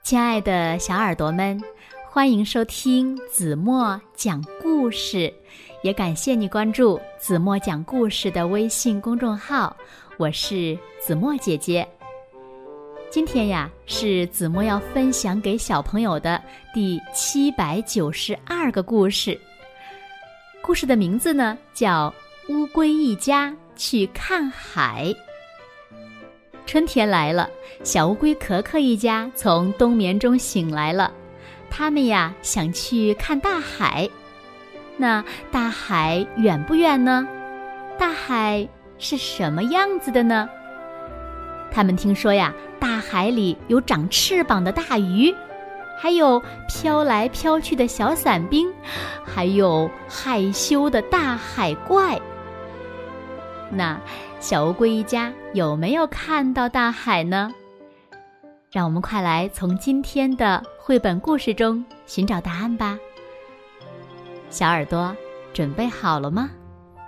亲爱的小耳朵们，欢迎收听子墨讲故事，也感谢你关注子墨讲故事的微信公众号，我是子墨姐姐。今天呀，是子墨要分享给小朋友的第792个故事。故事的名字呢，叫乌龟一家去看海。春天来了，小乌龟可可一家从冬眠中醒来了，他们呀想去看大海。那大海远不远呢？大海是什么样子的呢？他们听说呀，大海里有长翅膀的大鱼，还有飘来飘去的小伞兵，还有害羞的大海怪。那小乌龟一家有没有看到大海呢？让我们快来从今天的绘本故事中寻找答案吧。小耳朵准备好了吗？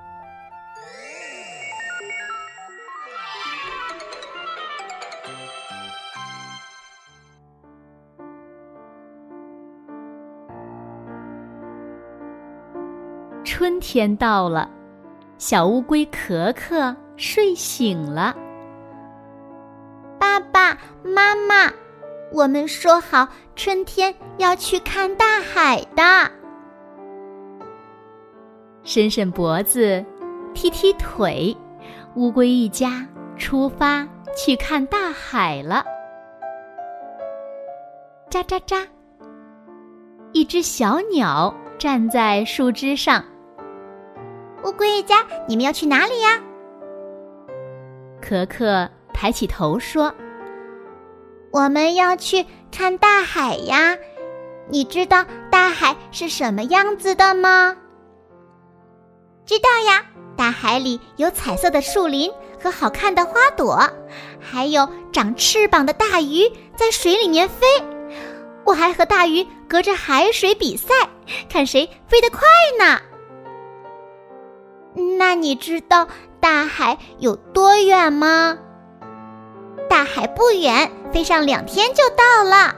春天到了，小乌龟可可睡醒了。 爸爸妈妈，我们说好春天要去看大海的。 伸伸脖子，踢踢腿，乌龟一家出发去看大海了。喳喳喳，一只小鸟站在树枝上。 乌龟一家，你们要去哪里呀？ 可可抬起头说： 我们要去看大海呀，你知道大海是什么样子的吗？知道呀，大海里有彩色的树林和好看的花朵，还有长翅膀的大鱼在水里面飞。我还和大鱼隔着海水比赛，看谁飞得快呢。那你知道大海有多远吗？大海不远，飞上2天就到了。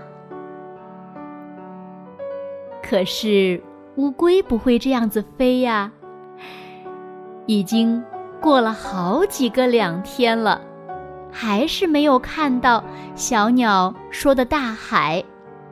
可是乌龟不会这样子飞呀，已经过了好几个2天了，还是没有看到小鸟说的大海。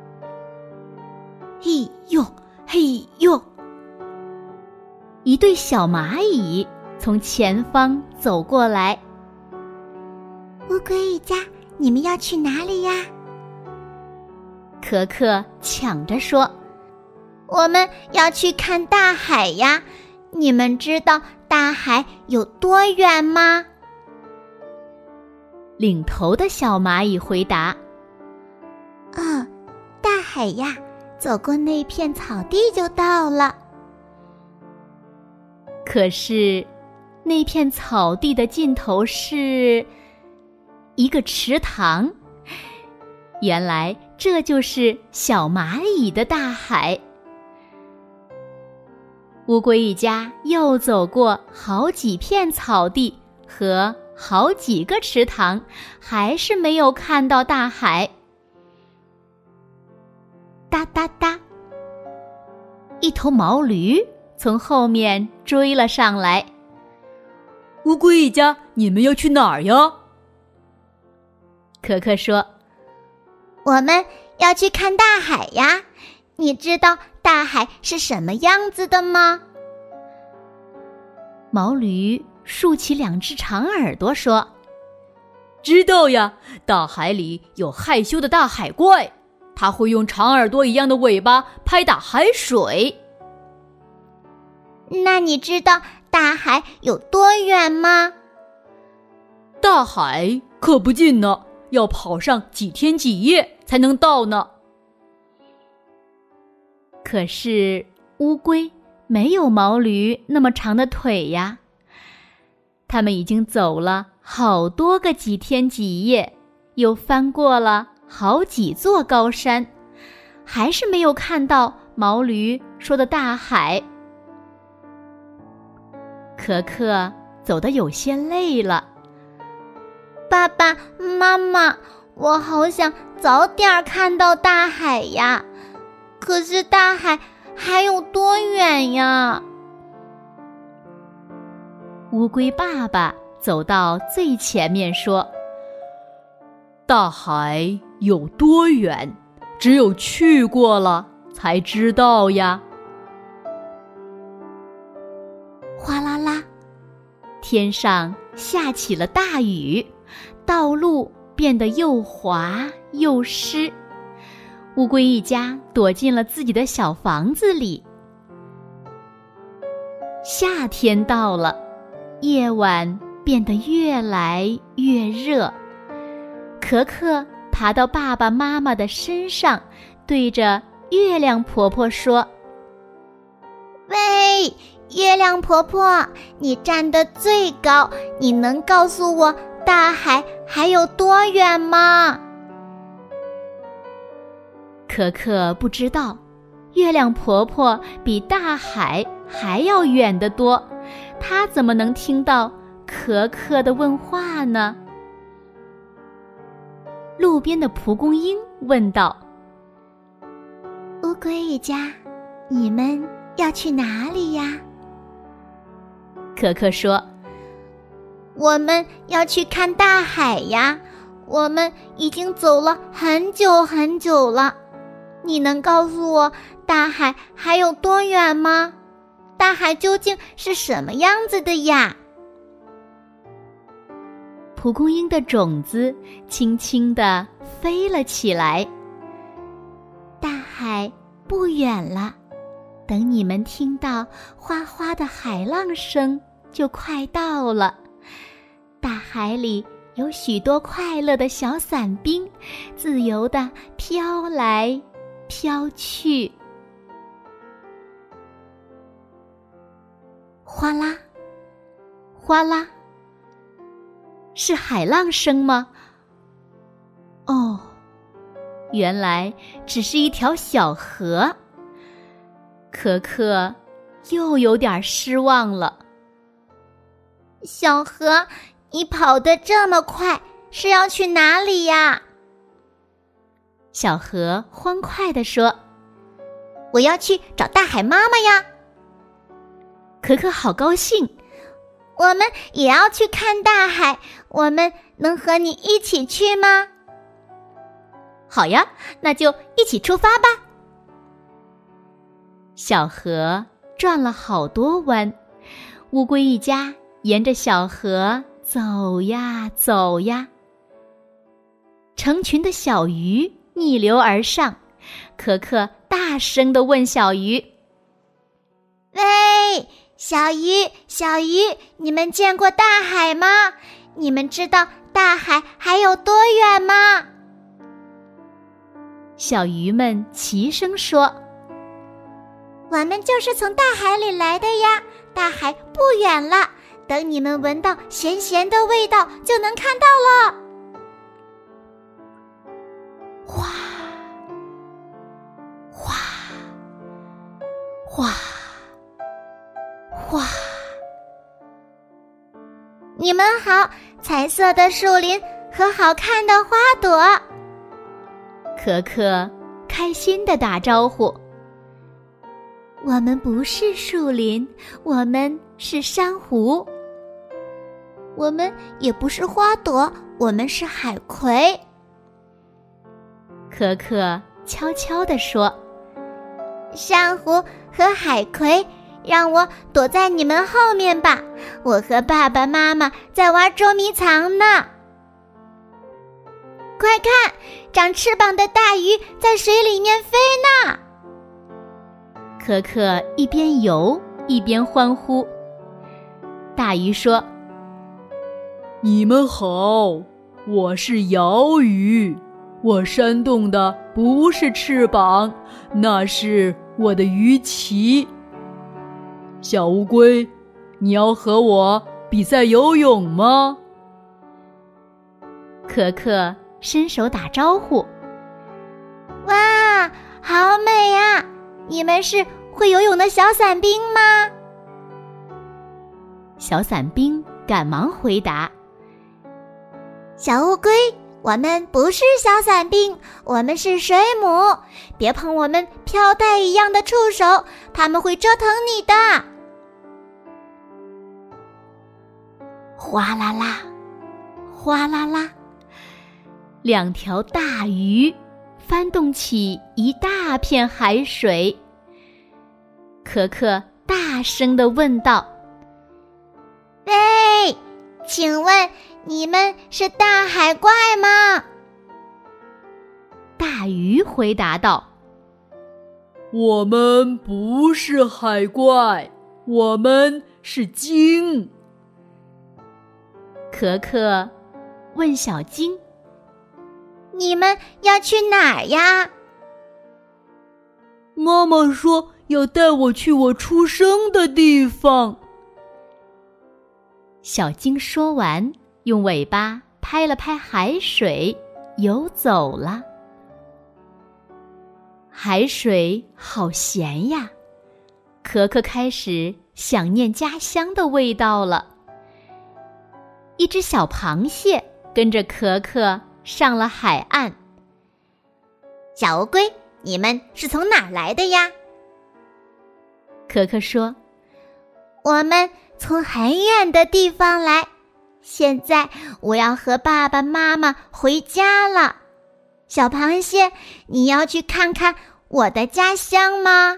嘿呦嘿呦，一对小蚂蚁从前方走过来。 乌龟一家，你们要去哪里呀？ 可可抢着说： 我们要去看大海呀，你们知道大海有多远吗？ 领头的小蚂蚁回答： 大海呀，走过那片草地就到了。 可是那片草地的尽头是一个池塘，原来这就是小蚂蚁的大海。乌龟一家又走过好几片草地和好几个池塘，还是没有看到大海。哒哒哒，一头毛驴从后面追了上来。 乌龟一家，你们要去哪儿呀？ 可可说： 我们要去看大海呀，你知道大海是什么样子的吗？ 毛驴竖起2只长耳朵说： 知道呀，大海里有害羞的大海怪，它会用长耳朵一样的尾巴拍打海水。 那你知道大海有多远吗？ 大海可不近呢，要跑上几天几夜才能到呢。 可是乌龟没有毛驴那么长的腿呀，他们已经走了好多个几天几夜，又翻过了好几座高山，还是没有看到毛驴说的大海。可可走得有些累了。 爸爸妈妈， 我好想早点看到大海呀，可是大海还有多远呀？ 乌龟爸爸走到最前面说： 大海有多远，只有去过了才知道呀。 哗啦啦，天上下起了大雨，道路变得又滑又湿。乌龟一家躲进了自己的小房子里。夏天到了，夜晚变得越来越热。可可爬到爸爸妈妈的身上，对着月亮婆婆说： 喂，月亮婆婆，你站得最高，你能告诉我大海还有多远吗？ 可可不知道，月亮婆婆比大海还要远得多，她怎么能听到可可的问话呢？路边的蒲公英问道： 乌龟一家，你们要去哪里呀？ 可可说： 我们要去看大海呀，我们已经走了很久很久了。你能告诉我大海还有多远吗？大海究竟是什么样子的呀？ 蒲公英的种子轻轻地飞了起来。大海不远了，等你们听到哗哗的海浪声，就快到了。大海里有许多快乐的小伞兵，自由地飘来飘去。哗啦，哗啦，是海浪声吗？哦，原来只是一条小河。可可又有点失望了。 小河，你跑得这么快，是要去哪里呀？ 小河欢快地说： 我要去找大海妈妈呀。 可可好高兴， 我们也要去看大海，我们能和你一起去吗？ 好呀，那就一起出发吧。小河转了好多弯，乌龟一家沿着小河走呀走呀。成群的小鱼逆流而上，可可大声地问小鱼： 喂，小鱼，小鱼，你们见过大海吗？你们知道大海还有多远吗？ 小鱼们齐声说： 我们就是从大海里来的呀，大海不远了，等你们闻到咸咸的味道，就能看到了。 哗，哗，哗，哗。 你们好，彩色的树林和好看的花朵。 可可开心地打招呼：我们不是树林，我们是珊瑚。 我们也不是花朵，我们是海葵。 可可悄悄地说： 珊瑚和海葵，让我躲在你们后面吧，我和爸爸妈妈在玩捉迷藏呢。快看，长翅膀的大鱼在水里面飞呢。 可可一边游一边欢呼。大鱼说： 你们好，我是鳐鱼，我扇动的不是翅膀，那是我的鱼鳍。小乌龟，你要和我比赛游泳吗？ 可可伸手打招呼： 哇，好美呀！你们是会游泳的小伞兵吗？ 小伞兵赶忙回答： 小乌龟， 我们不是小伞兵，我们是水母，别碰我们飘带一样的触手，它们会折腾你的。 哗啦啦，哗啦啦，两条大鱼翻动起一大片海水。可可大声地问道： 喂，请问你们是大海怪吗？ 大鱼回答道： 我们不是海怪，我们是鲸。 可可问小鲸： 你们要去哪儿呀？ 妈妈说要带我去我出生的地方。 小鲸说完，用尾巴拍了拍海水，游走了。海水好咸呀，可可开始想念家乡的味道了。一只小螃蟹跟着可可上了海岸。 小乌龟，你们是从哪儿来的呀？ 可可说： 我们从很远的地方来，现在我要和爸爸妈妈回家了。小螃蟹，你要去看看我的家乡吗？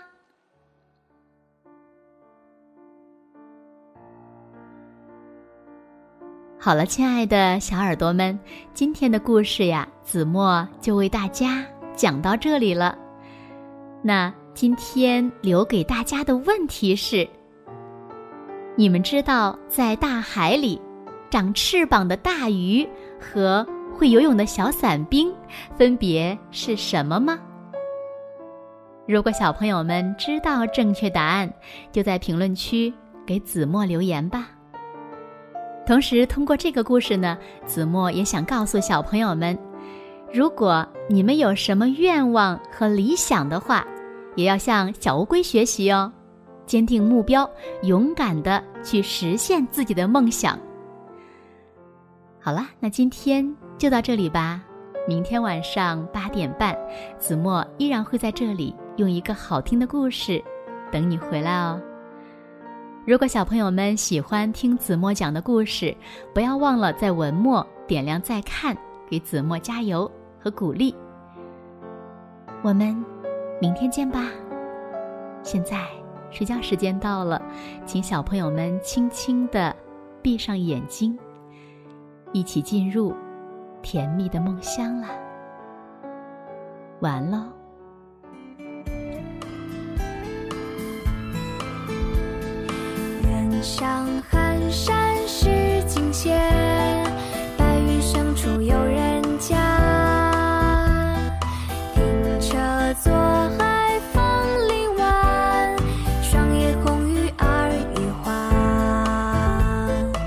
好了，亲爱的小耳朵们，今天的故事呀，子墨就为大家讲到这里了。那今天留给大家的问题是：你们知道在大海里长翅膀的大鱼和会游泳的小伞兵分别是什么吗？如果小朋友们知道正确答案，就在评论区给子墨留言吧。同时通过这个故事呢，子墨也想告诉小朋友们，如果你们有什么愿望和理想的话，也要向小乌龟学习哦，坚定目标，勇敢地去实现自己的梦想。好了，那今天就到这里吧。明天晚上8点半，子墨依然会在这里用一个好听的故事等你回来哦。如果小朋友们喜欢听子墨讲的故事，不要忘了在文末点亮再看，给子墨加油和鼓励。我们明天见吧。现在睡觉时间到了，请小朋友们轻轻地闭上眼睛，一起进入甜蜜的梦乡啦。晚安喽。 远上寒山石径斜，白云深处有人家。停车坐海风铃晚，霜叶红于二月花。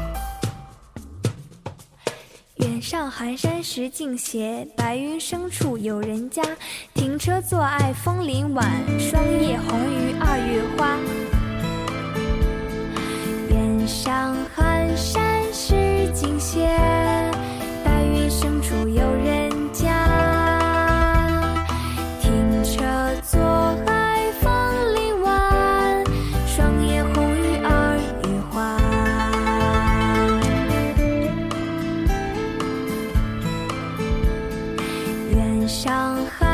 远上寒山石径斜，白云深处有人家。停车坐爱枫林晚，霜叶红于二月花。远上寒山石径斜，白云深处有人家。停车坐海枫林晚，霜叶红于二月花。远上寒